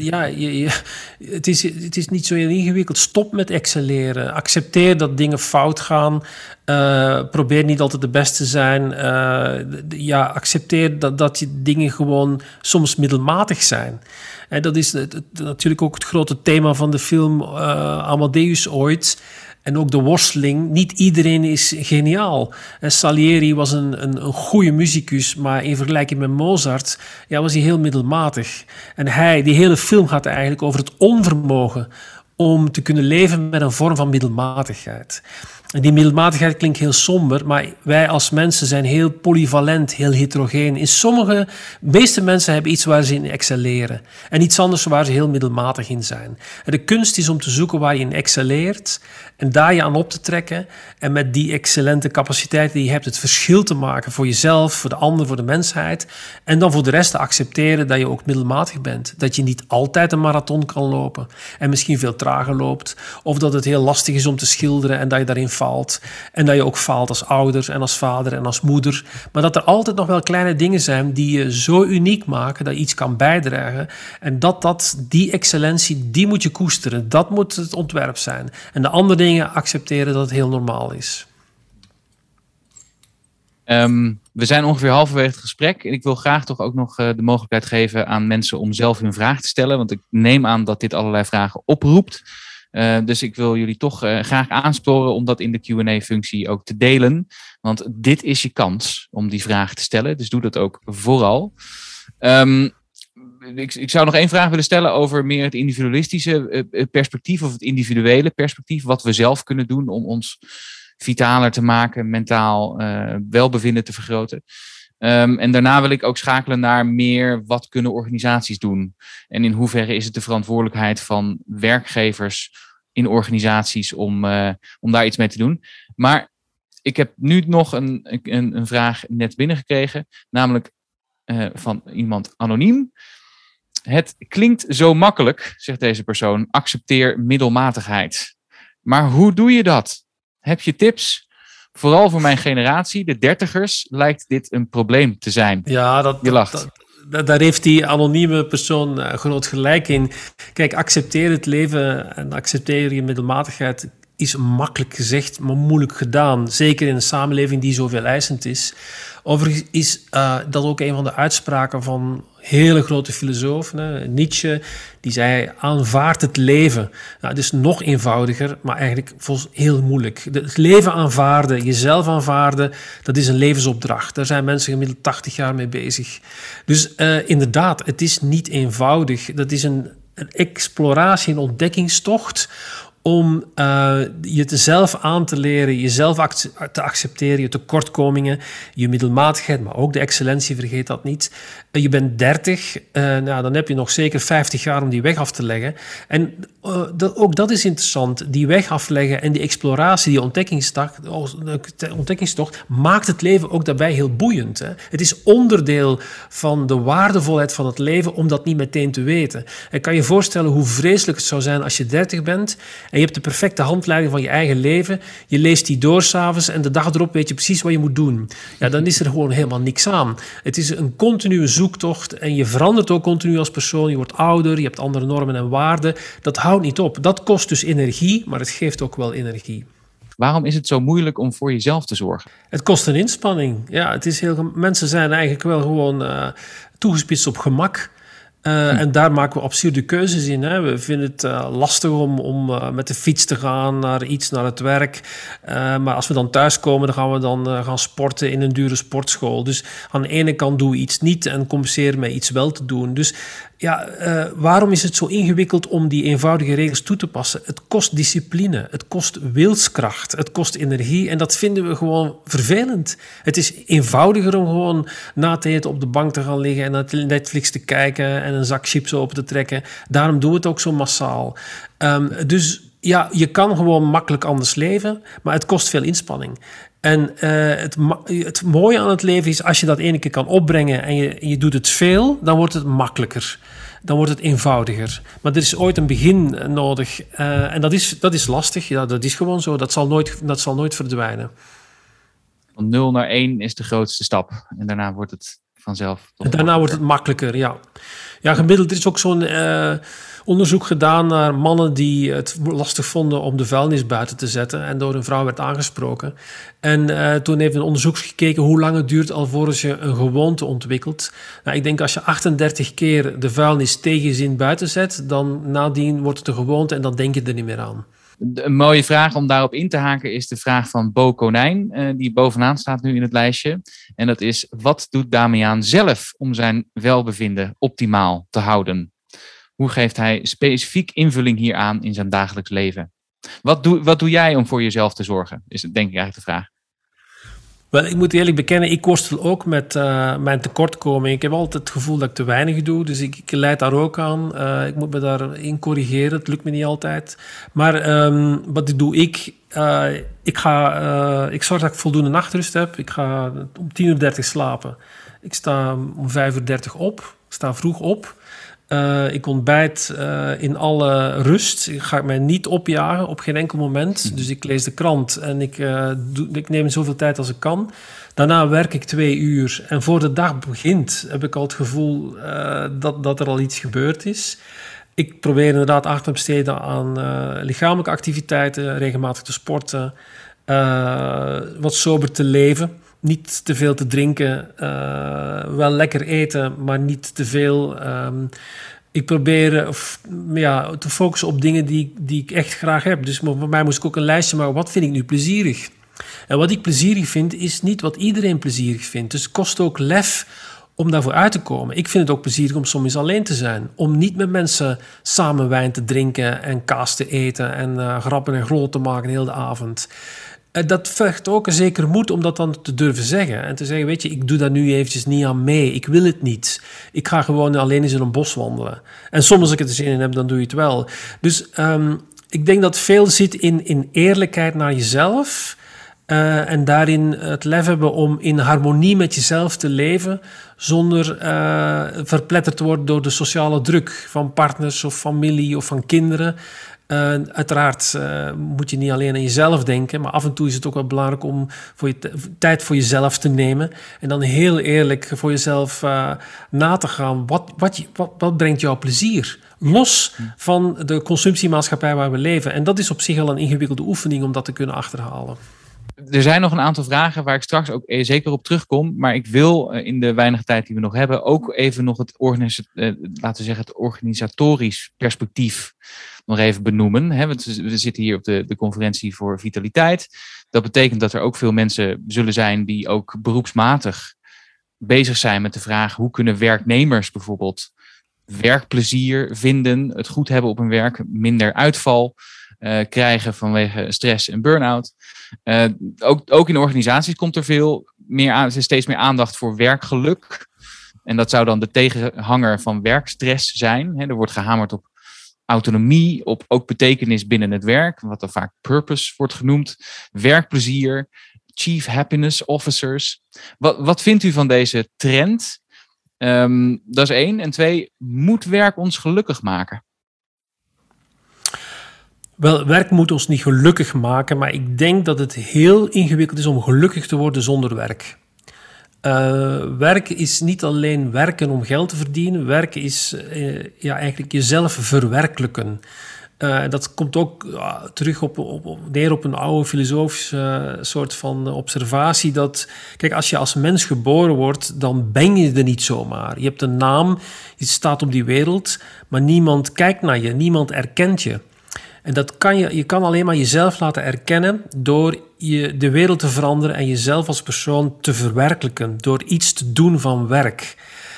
het is niet zo heel ingewikkeld. Stop met excelleren. Accepteer dat dingen fout gaan. Probeer niet altijd de beste te zijn. Accepteer dat je dingen gewoon soms middelmatig zijn. En dat is natuurlijk ook het grote thema van de film Amadeus ooit. En ook de worsteling. Niet iedereen is geniaal. Salieri was een goede muzikus, maar in vergelijking met Mozart was hij heel middelmatig. En die hele film gaat eigenlijk over het onvermogen om te kunnen leven met een vorm van middelmatigheid. En die middelmatigheid klinkt heel somber, maar wij als mensen zijn heel polyvalent, heel heterogeen. De meeste mensen hebben iets waar ze in excelleren en iets anders waar ze heel middelmatig in zijn. En de kunst is om te zoeken waar je in excelleert en daar je aan op te trekken en met die excellente capaciteit die je hebt het verschil te maken voor jezelf, voor de ander, voor de mensheid en dan voor de rest te accepteren dat je ook middelmatig bent. Dat je niet altijd een marathon kan lopen en misschien veel trager loopt of dat het heel lastig is om te schilderen en dat je daarin faalt. En dat je ook faalt als ouder en als vader en als moeder. Maar dat er altijd nog wel kleine dingen zijn die je zo uniek maken dat je iets kan bijdragen. En die excellentie, die moet je koesteren. Dat moet het ontwerp zijn. En de andere dingen accepteren dat het heel normaal is. We zijn ongeveer halverwege het gesprek. En ik wil graag toch ook nog de mogelijkheid geven aan mensen om zelf hun vraag te stellen. Want ik neem aan dat dit allerlei vragen oproept. Dus ik wil jullie toch graag aansporen om dat in de Q&A-functie ook te delen. Want dit is je kans om die vraag te stellen. Dus doe dat ook vooral. Ik zou nog één vraag willen stellen over meer het individualistische perspectief of het individuele perspectief. Wat we zelf kunnen doen om ons vitaler te maken, mentaal welbevinden te vergroten. En daarna wil ik ook schakelen naar meer wat kunnen organisaties doen. En in hoeverre is het de verantwoordelijkheid van werkgevers in organisaties om daar iets mee te doen. Maar ik heb nu nog een vraag net binnengekregen. Namelijk van iemand anoniem. Het klinkt zo makkelijk, zegt deze persoon. Accepteer middelmatigheid. Maar hoe doe je dat? Heb je tips? Vooral voor mijn generatie, de dertigers, lijkt dit een probleem te zijn. Ja, je lacht. Daar heeft die anonieme persoon groot gelijk in. Kijk, accepteer het leven en accepteer je middelmatigheid is makkelijk gezegd, maar moeilijk gedaan. Zeker in een samenleving die zoveel eisend is. Overigens is dat ook een van de uitspraken van hele grote filosofen. Nietzsche, die zei, aanvaard het leven. Nou, het is nog eenvoudiger, maar eigenlijk heel moeilijk. Het leven aanvaarden, jezelf aanvaarden, dat is een levensopdracht. Daar zijn mensen gemiddeld 80 jaar mee bezig. Dus inderdaad, het is niet eenvoudig. Dat is een exploratie, een ontdekkingstocht om je zelf aan te leren, jezelf te accepteren, je tekortkomingen, je middelmatigheid, maar ook de excellentie, vergeet dat niet. Je bent 30, dan heb je nog zeker 50 jaar om die weg af te leggen. En ook dat is interessant, die weg afleggen en die exploratie, die ontdekkingstocht, maakt het leven ook daarbij heel boeiend. Hè? Het is onderdeel van de waardevolheid van het leven om dat niet meteen te weten. Ik kan je voorstellen hoe vreselijk het zou zijn als je 30 bent En je hebt de perfecte handleiding van je eigen leven. Je leest die door 's avonds en de dag erop weet je precies wat je moet doen. Ja, dan is er gewoon helemaal niks aan. Het is een continue zoektocht en je verandert ook continu als persoon. Je wordt ouder, je hebt andere normen en waarden. Dat houdt niet op. Dat kost dus energie, maar het geeft ook wel energie. Waarom is het zo moeilijk om voor jezelf te zorgen? Het kost een inspanning. Ja, mensen zijn eigenlijk wel gewoon toegespitst op gemak. En daar maken we absurde keuzes in. Hè. We vinden het lastig om met de fiets te gaan naar het werk. Maar als we dan thuiskomen, dan gaan we gaan sporten in een dure sportschool. Dus aan de ene kant doen we iets niet en compenseren met iets wel te doen. Dus ja, waarom is het zo ingewikkeld om die eenvoudige regels toe te passen? Het kost discipline, het kost wilskracht, het kost energie en dat vinden we gewoon vervelend. Het is eenvoudiger om gewoon na te eten op de bank te gaan liggen en naar Netflix te kijken en een zak chips open te trekken. Daarom doen we het ook zo massaal. Dus ja, je kan gewoon makkelijk anders leven, maar het kost veel inspanning. En het mooie aan het leven is, als je dat ene keer kan opbrengen en je doet het veel, dan wordt het makkelijker. Dan wordt het eenvoudiger. Maar er is ooit een begin nodig. En dat is lastig. Ja, dat is gewoon zo. Dat zal nooit verdwijnen. Van 0 naar 1 is de grootste stap. En daarna wordt het vanzelf... Daarna wordt het makkelijker, ja. Ja, gemiddeld er is ook zo'n onderzoek gedaan naar mannen die het lastig vonden om de vuilnis buiten te zetten en door een vrouw werd aangesproken. En toen heeft een onderzoek gekeken hoe lang het duurt alvorens je een gewoonte ontwikkelt. Nou, ik denk als je 38 keer de vuilnis tegen je zin buiten zet, dan nadien wordt het een gewoonte en dan denk je er niet meer aan. Een mooie vraag om daarop in te haken is de vraag van Bo Konijn, die bovenaan staat nu in het lijstje. En dat is, wat doet Damiaan zelf om zijn welbevinden optimaal te houden? Hoe geeft hij specifiek invulling hieraan in zijn dagelijks leven? Wat doe jij om voor jezelf te zorgen? Is het denk ik eigenlijk de vraag. Wel, ik moet eerlijk bekennen, ik worstel ook met mijn tekortkoming. Ik heb altijd het gevoel dat ik te weinig doe, dus ik leid daar ook aan. Ik moet me daarin corrigeren, het lukt me niet altijd. Maar wat doe ik? Ik zorg dat ik voldoende nachtrust heb. Ik ga om 10:30 slapen. Ik sta om 5:30 op. Ik sta vroeg op. Ik ontbijt in alle rust. Ik ga mij niet opjagen op geen enkel moment. Dus ik lees de krant en ik neem zoveel tijd als ik kan. Daarna werk ik 2 uur. En voor de dag begint heb ik al het gevoel dat er al iets gebeurd is. Ik probeer inderdaad aandacht te besteden aan lichamelijke activiteiten, regelmatig te sporten, wat sober te leven. Niet te veel te drinken, wel lekker eten, maar niet te veel. Ik probeer te focussen op dingen die ik echt graag heb. Dus voor mij moest ik ook een lijstje maken. Wat vind ik nu plezierig? En wat ik plezierig vind, is niet wat iedereen plezierig vindt. Dus het kost ook lef om daarvoor uit te komen. Ik vind het ook plezierig om soms alleen te zijn. Om niet met mensen samen wijn te drinken en kaas te eten en grappen en grol te maken de hele avond. Dat vergt ook een zekere moed om dat dan te durven zeggen. En te zeggen, weet je, ik doe daar nu eventjes niet aan mee. Ik wil het niet. Ik ga gewoon alleen eens in een bos wandelen. En soms als ik het er zin in heb, dan doe je het wel. Dus ik denk dat veel zit in eerlijkheid naar jezelf. En daarin het lef hebben om in harmonie met jezelf te leven, zonder verpletterd te worden door de sociale druk van partners of familie of van kinderen. Uiteraard moet je niet alleen aan jezelf denken, maar af en toe is het ook wel belangrijk om tijd voor jezelf te nemen en dan heel eerlijk voor jezelf na te gaan. Wat brengt jou plezier? Los van de consumptiemaatschappij waar we leven. En dat is op zich al een ingewikkelde oefening om dat te kunnen achterhalen. Er zijn nog een aantal vragen waar ik straks ook zeker op terugkom. Maar ik wil in de weinige tijd die we nog hebben ook even nog het organisatorisch perspectief nog even benoemen. We zitten hier op de conferentie voor vitaliteit. Dat betekent dat er ook veel mensen zullen zijn die ook beroepsmatig bezig zijn met de vraag hoe kunnen werknemers bijvoorbeeld werkplezier vinden, het goed hebben op hun werk, minder uitval krijgen vanwege stress en burn-out. Ook in organisaties komt er steeds meer aandacht voor werkgeluk. En dat zou dan de tegenhanger van werkstress zijn. Er wordt gehamerd op autonomie, op ook betekenis binnen het werk, wat dan vaak purpose wordt genoemd, werkplezier, chief happiness officers. Wat vindt u van deze trend? Dat is 1. En 2, moet werk ons gelukkig maken? Wel, werk moet ons niet gelukkig maken, maar ik denk dat het heel ingewikkeld is om gelukkig te worden zonder werk. Werk is niet alleen werken om geld te verdienen. Werk is eigenlijk jezelf verwerkelijken. Dat komt ook terug neer op een oude filosofische soort van observatie. Dat, kijk, als je als mens geboren wordt, dan ben je er niet zomaar. Je hebt een naam, je staat op die wereld, maar niemand kijkt naar je, niemand erkent je. En je kan alleen maar jezelf laten erkennen door de wereld te veranderen en jezelf als persoon te verwerkelijken, door iets te doen van werk.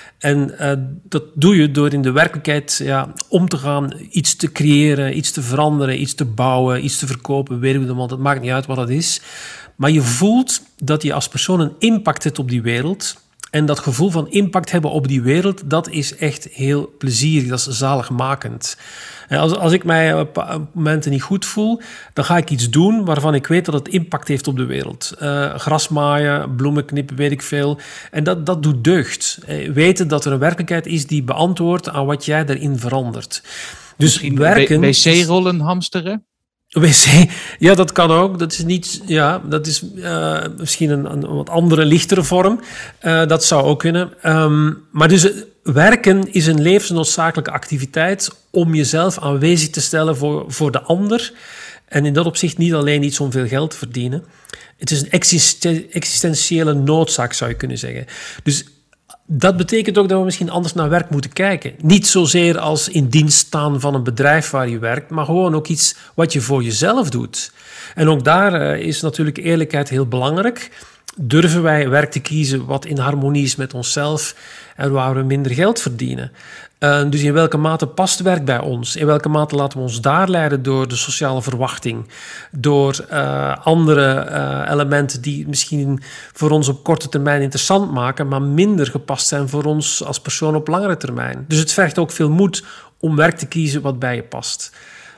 En dat doe je door in de werkelijkheid om te gaan, iets te creëren, iets te veranderen, iets te bouwen, iets te verkopen, want het maakt niet uit wat het is. Maar je voelt dat je als persoon een impact hebt op die wereld. En dat gevoel van impact hebben op die wereld, dat is echt heel plezierig, dat is zaligmakend. En als ik mij op momenten niet goed voel, dan ga ik iets doen waarvan ik weet dat het impact heeft op de wereld. Gras maaien, bloemen knippen, weet ik veel. En dat doet deugd. Weten dat er een werkelijkheid is die beantwoordt aan wat jij erin verandert. Dus misschien werken... wc-rollen hamsteren? WC, ja, dat kan ook. Dat is niet, dat is misschien een wat andere, lichtere vorm. Dat zou ook kunnen. Maar dus werken is een levensnoodzakelijke activiteit om jezelf aanwezig te stellen voor de ander. En in dat opzicht niet alleen iets om veel geld te verdienen. Het is een existentiële noodzaak, zou je kunnen zeggen. Dus dat betekent ook dat we misschien anders naar werk moeten kijken. Niet zozeer als in dienst staan van een bedrijf waar je werkt, maar gewoon ook iets wat je voor jezelf doet. En ook daar is natuurlijk eerlijkheid heel belangrijk. Durven wij werk te kiezen wat in harmonie is met onszelf en waar we minder geld verdienen? Dus in welke mate past werk bij ons? In welke mate laten we ons daar leiden door de sociale verwachting? Door andere elementen die misschien voor ons op korte termijn interessant maken, maar minder gepast zijn voor ons als persoon op langere termijn. Dus het vergt ook veel moed om werk te kiezen wat bij je past.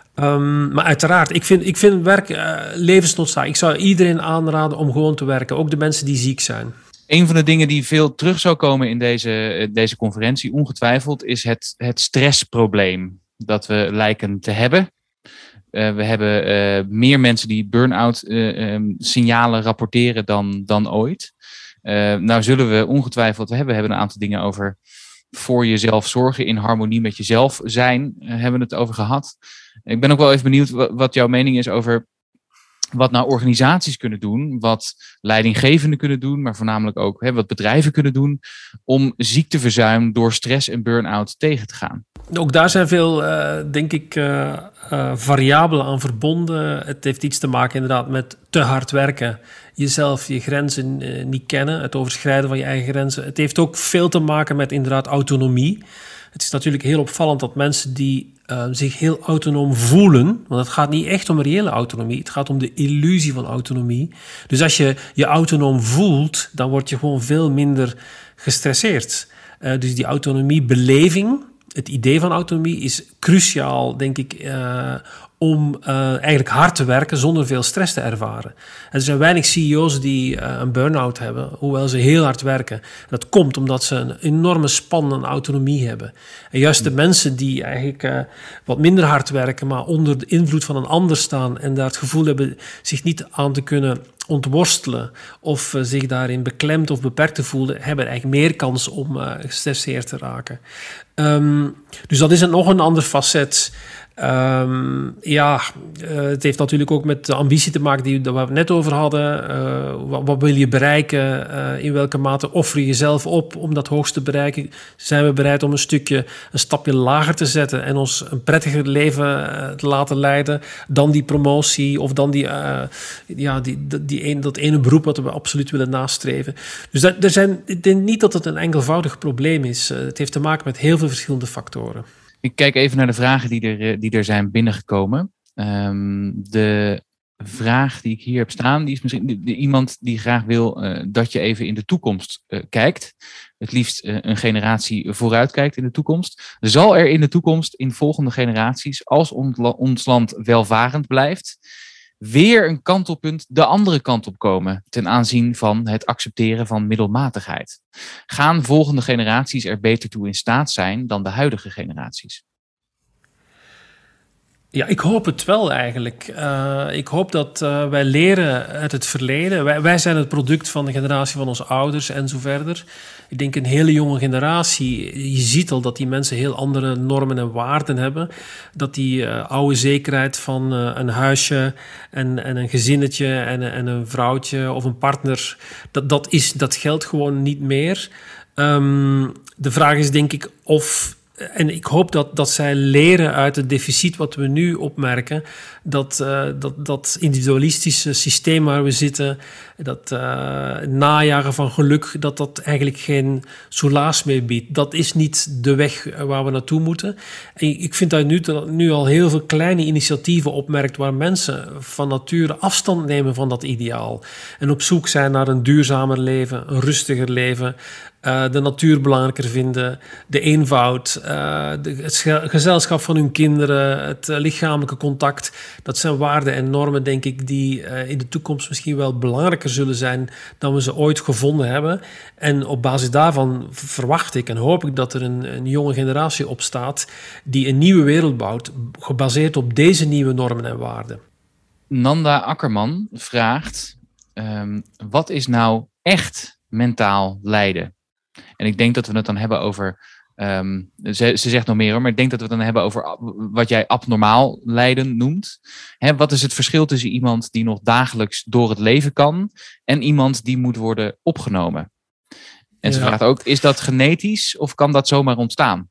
Maar uiteraard, ik vind werk levensnoodzaak. Ik zou iedereen aanraden om gewoon te werken, ook de mensen die ziek zijn. Een van de dingen die veel terug zou komen in deze conferentie, ongetwijfeld, is het stressprobleem dat we lijken te hebben. We hebben meer mensen die burn-out signalen rapporteren dan ooit. Nou zullen we ongetwijfeld, we hebben een aantal dingen over voor jezelf zorgen, in harmonie met jezelf zijn, hebben we het over gehad. Ik ben ook wel even benieuwd wat jouw mening is over wat nou organisaties kunnen doen, wat leidinggevenden kunnen doen, maar voornamelijk ook wat bedrijven kunnen doen om ziekteverzuim door stress en burn-out tegen te gaan. Ook daar zijn veel, denk ik, variabelen aan verbonden. Het heeft iets te maken inderdaad met te hard werken, jezelf, je grenzen niet kennen, het overschrijden van je eigen grenzen. Het heeft ook veel te maken met inderdaad autonomie. Het is natuurlijk heel opvallend dat mensen die zich heel autonoom voelen, want het gaat niet echt om reële autonomie, het gaat om de illusie van autonomie. Dus als je je autonoom voelt, dan word je gewoon veel minder gestresseerd. Dus die autonomiebeleving, het idee van autonomie is cruciaal, denk ik, om eigenlijk hard te werken zonder veel stress te ervaren. Er zijn weinig CEO's die een burn-out hebben, hoewel ze heel hard werken. Dat komt omdat ze een enorme span aan autonomie hebben. En juist de mensen die eigenlijk wat minder hard werken, maar onder de invloed van een ander staan en daar het gevoel hebben zich niet aan te kunnen ontworstelen of zich daarin beklemd of beperkt te voelen, hebben eigenlijk meer kans om gestresseerd te raken. Dus dat is nog een ander facet. Het heeft natuurlijk ook met de ambitie te maken waar we het net over hadden. Wat wil je bereiken? In welke mate offer je jezelf op om dat hoogst te bereiken? Zijn we bereid om een stapje lager te zetten en ons een prettiger leven te laten leiden dan die promotie of dan dat ene beroep wat we absoluut willen nastreven? Dus ik denk niet dat het een enkelvoudig probleem is. Het heeft te maken met heel veel verschillende factoren. Ik kijk even naar de vragen die er zijn binnengekomen. De vraag die ik hier heb staan, die is misschien iemand die graag wil dat je even in de toekomst kijkt. Het liefst een generatie vooruit kijkt in de toekomst. Zal er in de toekomst, in volgende generaties, als ons land welvarend blijft, weer een kantelpunt de andere kant op komen ten aanzien van het accepteren van middelmatigheid? Gaan volgende generaties er beter toe in staat zijn dan de huidige generaties? Ja, ik hoop het wel eigenlijk. Ik hoop dat wij leren uit het verleden. Wij zijn het product van de generatie van onze ouders en zo verder. Ik denk een hele jonge generatie. Je ziet al dat die mensen heel andere normen en waarden hebben. Dat die oude zekerheid van een huisje en een gezinnetje en een vrouwtje of een partner, dat geldt gewoon niet meer. De vraag is denk ik of... En ik hoop dat zij leren uit het deficit wat we nu opmerken. Dat individualistische systeem waar we zitten, dat najagen van geluk, dat eigenlijk geen soelaas meer biedt. Dat is niet de weg waar we naartoe moeten. En ik vind dat je nu al heel veel kleine initiatieven opmerkt waar mensen van nature afstand nemen van dat ideaal. En op zoek zijn naar een duurzamer leven, een rustiger leven. De natuur belangrijker vinden, de eenvoud, het gezelschap van hun kinderen, het lichamelijke contact. Dat zijn waarden en normen, denk ik, die in de toekomst misschien wel belangrijker zullen zijn dan we ze ooit gevonden hebben. En op basis daarvan verwacht ik en hoop ik dat er een jonge generatie opstaat die een nieuwe wereld bouwt, gebaseerd op deze nieuwe normen en waarden. Nanda Akkerman vraagt, wat is nou echt mentaal lijden? En ik denk dat we het dan hebben over... ze zegt nog meer hoor, maar ik denk dat we het dan hebben over wat jij abnormaal lijden noemt. Hè, wat is het verschil tussen iemand die nog dagelijks door het leven kan en iemand die moet worden opgenomen? En ze vraagt ook, is dat genetisch of kan dat zomaar ontstaan?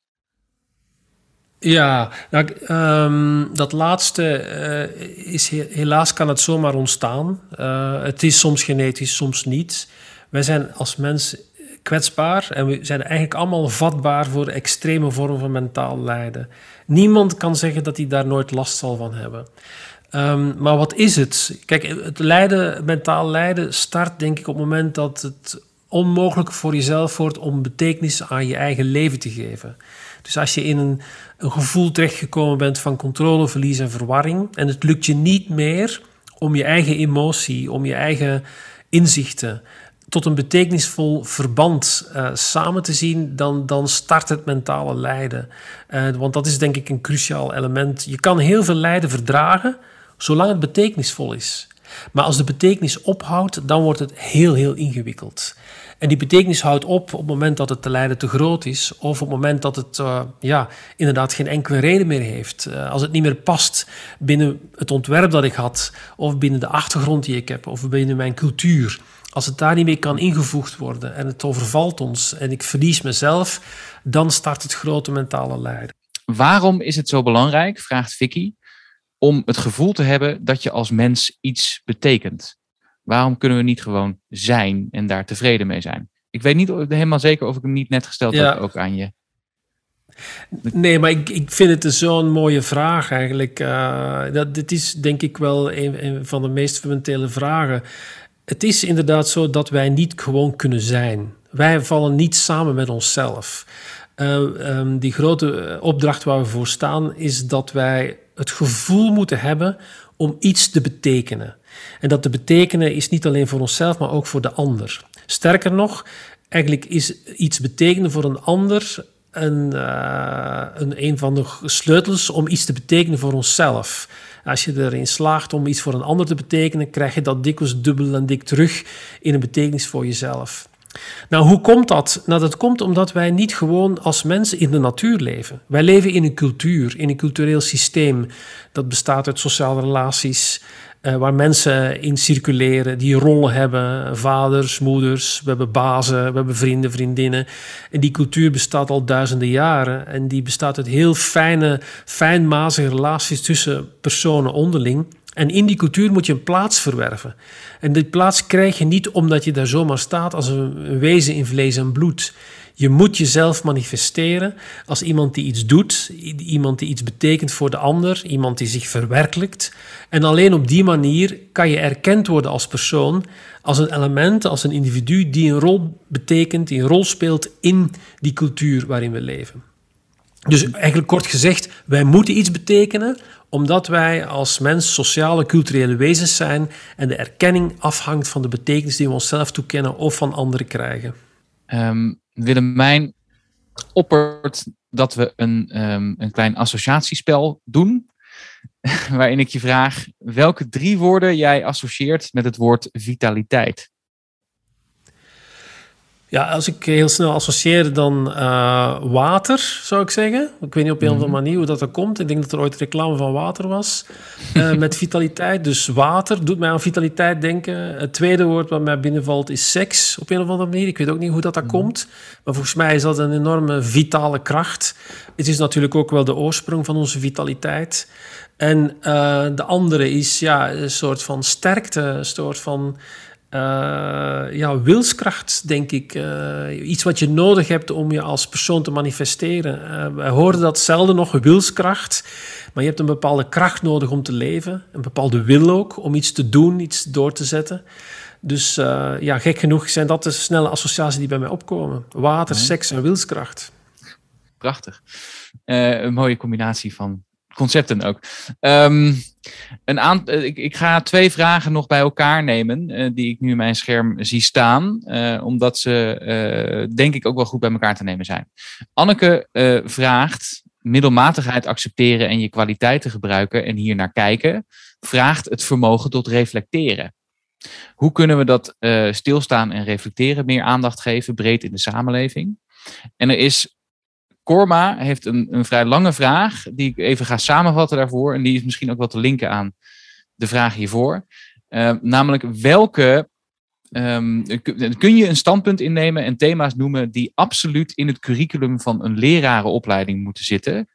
Ja, nou, dat laatste helaas kan het zomaar ontstaan. Het is soms genetisch, soms niet. Wij zijn als mens kwetsbaar en we zijn eigenlijk allemaal vatbaar voor extreme vormen van mentaal lijden. Niemand kan zeggen dat hij daar nooit last zal van hebben. Maar wat is het? Kijk, het lijden, mentaal lijden start denk ik op het moment dat het onmogelijk voor jezelf wordt om betekenis aan je eigen leven te geven. Dus als je in een gevoel terechtgekomen bent van controleverlies en verwarring en het lukt je niet meer om je eigen emotie, om je eigen inzichten tot een betekenisvol verband samen te zien, dan start het mentale lijden. Want dat is denk ik een cruciaal element. Je kan heel veel lijden verdragen, zolang het betekenisvol is. Maar als de betekenis ophoudt, dan wordt het heel, heel ingewikkeld. En die betekenis houdt op het moment dat het te lijden te groot is, of op het moment dat het inderdaad geen enkele reden meer heeft. Als het niet meer past binnen het ontwerp dat ik had, of binnen de achtergrond die ik heb, of binnen mijn cultuur. Als het daar niet mee kan ingevoegd worden en het overvalt ons en ik verlies mezelf, dan start het grote mentale lijden. Waarom is het zo belangrijk, vraagt Vicky, om het gevoel te hebben dat je als mens iets betekent? Waarom kunnen we niet gewoon zijn en daar tevreden mee zijn? Ik weet niet helemaal zeker of ik hem niet net gesteld heb ook aan je. Nee, maar ik vind het zo'n mooie vraag eigenlijk. Dit is denk ik wel een van de meest fundamentele vragen. Het is inderdaad zo dat wij niet gewoon kunnen zijn. Wij vallen niet samen met onszelf. Die grote opdracht waar we voor staan is dat wij het gevoel moeten hebben om iets te betekenen. En dat te betekenen is niet alleen voor onszelf, maar ook voor de ander. Sterker nog, eigenlijk is iets betekenen voor een ander een van de sleutels om iets te betekenen voor onszelf. Als je erin slaagt om iets voor een ander te betekenen, krijg je dat dikwijls dubbel en dik terug in een betekenis voor jezelf. Nou, hoe komt dat? Nou, dat komt omdat wij niet gewoon als mensen in de natuur leven. Wij leven in een cultuur, in een cultureel systeem. Dat bestaat uit sociale relaties, waar mensen in circuleren, die rollen hebben. Vaders, moeders, we hebben bazen, we hebben vrienden, vriendinnen. En die cultuur bestaat al duizenden jaren. En die bestaat uit heel fijnmazige relaties tussen personen onderling. En in die cultuur moet je een plaats verwerven. En die plaats krijg je niet omdat je daar zomaar staat als een wezen in vlees en bloed. Je moet jezelf manifesteren als iemand die iets doet, iemand die iets betekent voor de ander, iemand die zich verwerkelijkt. En alleen op die manier kan je erkend worden als persoon, als een element, als een individu die een rol betekent, die een rol speelt in die cultuur waarin we leven. Dus eigenlijk kort gezegd, wij moeten iets betekenen omdat wij als mens sociale, culturele wezens zijn en de erkenning afhangt van de betekenis die we onszelf toekennen of van anderen krijgen. Willemijn oppert dat we een klein associatiespel doen. waarin ik je vraag welke 3 woorden jij associeert met het woord vitaliteit. Ja, als ik heel snel associeer, dan water, zou ik zeggen. Ik weet niet op een of andere manier hoe dat er komt. Ik denk dat er ooit reclame van water was met vitaliteit. Dus water doet mij aan vitaliteit denken. Het tweede woord wat mij binnenvalt is seks, op een of andere manier. Ik weet ook niet hoe dat komt. Maar volgens mij is dat een enorme vitale kracht. Het is natuurlijk ook wel de oorsprong van onze vitaliteit. En de andere is een soort van sterkte, een soort van wilskracht, denk ik. Iets wat je nodig hebt om je als persoon te manifesteren. Wij hoorden dat zelden nog, wilskracht. Maar je hebt een bepaalde kracht nodig om te leven. Een bepaalde wil ook, om iets te doen, iets door te zetten. Dus gek genoeg zijn dat de snelle associaties die bij mij opkomen. Water, seks en wilskracht. Prachtig. Een mooie combinatie van concepten ook. Ik ga 2 vragen nog bij elkaar nemen, die ik nu in mijn scherm zie staan, omdat ze denk ik ook wel goed bij elkaar te nemen zijn. Anneke vraagt: middelmatigheid accepteren en je kwaliteiten gebruiken en hier naar kijken, vraagt het vermogen tot reflecteren. Hoe kunnen we dat stilstaan en reflecteren meer aandacht geven, breed in de samenleving? En er is Korma heeft een vrij lange vraag die ik even ga samenvatten daarvoor. En die is misschien ook wel te linken aan de vraag hiervoor. Namelijk kun je een standpunt innemen en thema's noemen die absoluut in het curriculum van een lerarenopleiding moeten zitten.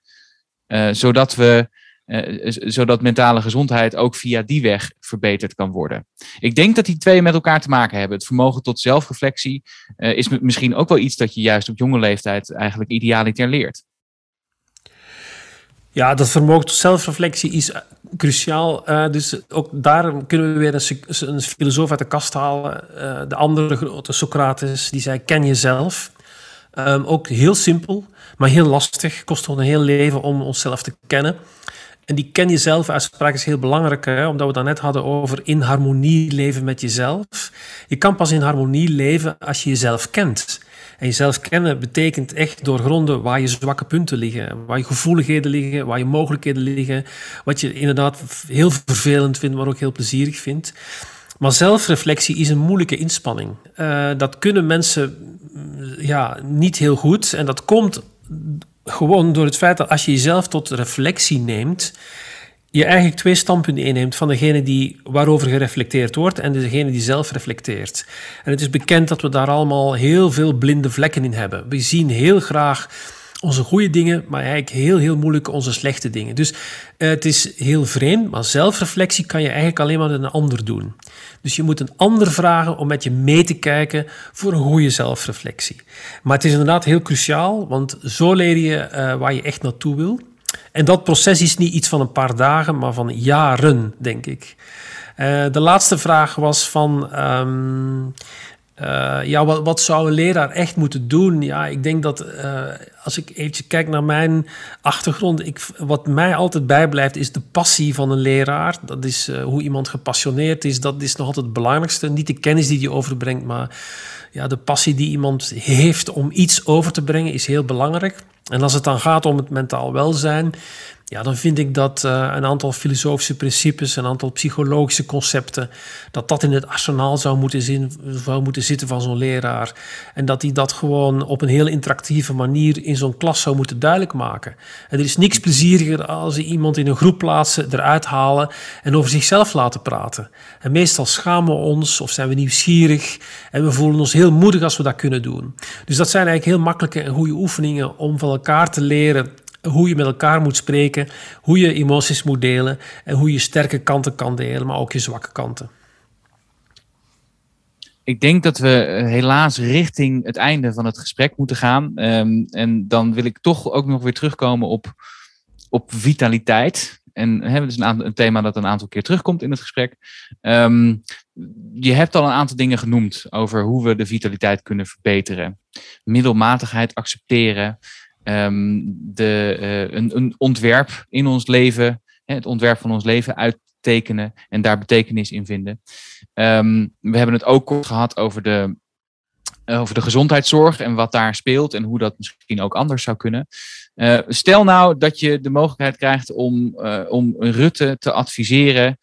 Zodat mentale gezondheid ook via die weg verbeterd kan worden. Ik denk dat die 2 met elkaar te maken hebben. Het vermogen tot zelfreflectie is misschien ook wel iets dat je juist op jonge leeftijd eigenlijk idealiter leert. Ja, dat vermogen tot zelfreflectie is cruciaal. Dus ook daar kunnen we weer een filosoof uit de kast halen. De andere grote, Socrates, die zei: ken jezelf. Ook heel simpel, maar heel lastig. Kost ons een heel leven om onszelf te kennen. En die ken jezelf uitspraak is heel belangrijk, omdat we het daarnet hadden over in harmonie leven met jezelf. Je kan pas in harmonie leven als je jezelf kent. En jezelf kennen betekent echt doorgronden waar je zwakke punten liggen, waar je gevoeligheden liggen, waar je mogelijkheden liggen, wat je inderdaad heel vervelend vindt, maar ook heel plezierig vindt. Maar zelfreflectie is een moeilijke inspanning. Dat kunnen mensen niet heel goed. En dat komt gewoon door het feit dat als je jezelf tot reflectie neemt, je eigenlijk 2 standpunten inneemt van degene waarover gereflecteerd wordt en degene die zelf reflecteert. En het is bekend dat we daar allemaal heel veel blinde vlekken in hebben. We zien heel graag onze goede dingen, maar eigenlijk heel, heel moeilijk onze slechte dingen. Dus het is heel vreemd, maar zelfreflectie kan je eigenlijk alleen maar met een ander doen. Dus je moet een ander vragen om met je mee te kijken voor een goede zelfreflectie. Maar het is inderdaad heel cruciaal, want zo leer je waar je echt naartoe wil. En dat proces is niet iets van een paar dagen, maar van jaren, denk ik. De laatste vraag was van wat zou een leraar echt moeten doen? Ja, ik denk dat als ik eventjes kijk naar mijn achtergrond, wat mij altijd bijblijft is de passie van een leraar. Dat is hoe iemand gepassioneerd is. Dat is nog altijd het belangrijkste. Niet de kennis die hij overbrengt, maar de passie die iemand heeft om iets over te brengen is heel belangrijk. En als het dan gaat om het mentaal welzijn, dan vind ik dat een aantal filosofische principes, een aantal psychologische concepten, dat in het arsenaal zou moeten zitten van zo'n leraar. En dat hij dat gewoon op een heel interactieve manier in zo'n klas zou moeten duidelijk maken. En er is niks plezieriger als iemand in een groep plaatsen, eruit halen en over zichzelf laten praten. En meestal schamen we ons of zijn we nieuwsgierig en we voelen ons heel moedig als we dat kunnen doen. Dus dat zijn eigenlijk heel makkelijke en goede oefeningen om van elkaar te leren hoe je met elkaar moet spreken, hoe je emoties moet delen en hoe je sterke kanten kan delen, maar ook je zwakke kanten. Ik denk dat we helaas richting het einde van het gesprek moeten gaan. En dan wil ik toch ook nog weer terugkomen op vitaliteit. En dat is een thema dat een aantal keer terugkomt in het gesprek. Je hebt al een aantal dingen genoemd over hoe we de vitaliteit kunnen verbeteren. Middelmatigheid accepteren. Een ontwerp in ons leven, het ontwerp van ons leven uittekenen en daar betekenis in vinden. We hebben het ook kort gehad over over de gezondheidszorg en wat daar speelt en hoe dat misschien ook anders zou kunnen. Stel nou dat je de mogelijkheid krijgt om Rutte te adviseren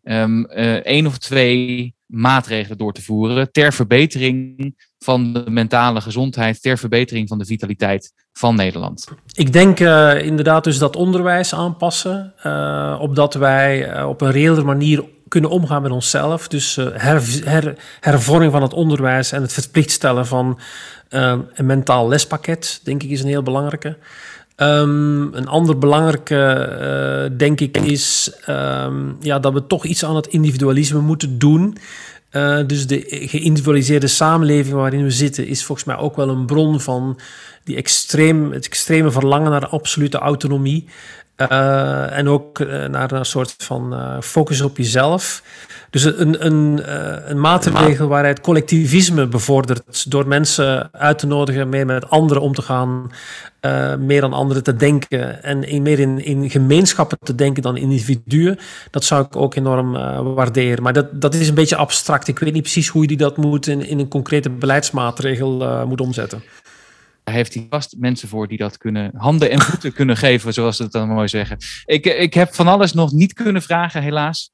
1 of 2 maatregelen door te voeren ter verbetering van de mentale gezondheid, ter verbetering van de vitaliteit van Nederland. Ik denk inderdaad dus dat onderwijs aanpassen, opdat wij op een reëler manier kunnen omgaan met onszelf. Dus hervorming van het onderwijs en het verplicht stellen van een mentaal lespakket, denk ik, is een heel belangrijke. Een ander belangrijke, denk ik, is dat we toch iets aan het individualisme moeten doen. Dus de geïndividualiseerde samenleving waarin we zitten is volgens mij ook wel een bron van het extreme verlangen naar absolute autonomie. En ook naar een soort van focus op jezelf. Dus een maatregel waaruit collectivisme bevordert door mensen uit te nodigen meer met anderen om te gaan, meer aan anderen te denken en meer in gemeenschappen te denken dan individuen. Dat zou ik ook enorm waarderen. Maar dat is een beetje abstract. Ik weet niet precies hoe je dat moet in een concrete beleidsmaatregel moet omzetten. Daar heeft hij vast mensen voor die dat handen en voeten kunnen geven, zoals ze het dan mooi zeggen. Ik heb van alles nog niet kunnen vragen, helaas.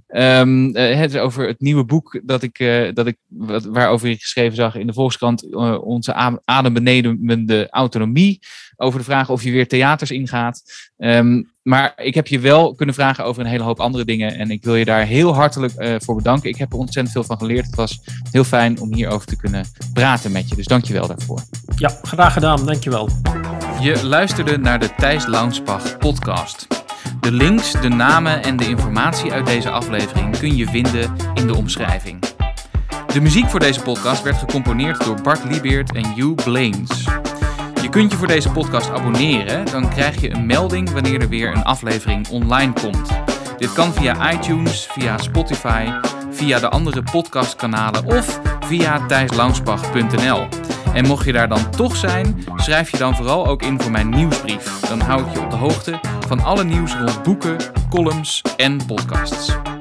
Het over het nieuwe boek waarover ik geschreven zag in de Volkskrant, onze adembenemende autonomie. Over de vraag of je weer theaters ingaat. Maar ik heb je wel kunnen vragen over een hele hoop andere dingen. En ik wil je daar heel hartelijk voor bedanken. Ik heb er ontzettend veel van geleerd. Het was heel fijn om hierover te kunnen praten met je. Dus dank je wel daarvoor. Ja, graag gedaan. Dank je wel. Je luisterde naar de Thijs Launsbach podcast. De links, de namen en de informatie uit deze aflevering kun je vinden in de omschrijving. De muziek voor deze podcast werd gecomponeerd door Bart Liebeert en Hugh Blaines. Je kunt je voor deze podcast abonneren, dan krijg je een melding wanneer er weer een aflevering online komt. Dit kan via iTunes, via Spotify, via de andere podcastkanalen of via thijslaunsbach.nl. En mocht je daar dan toch zijn, schrijf je dan vooral ook in voor mijn nieuwsbrief. Dan hou ik je op de hoogte van alle nieuws rond boeken, columns en podcasts.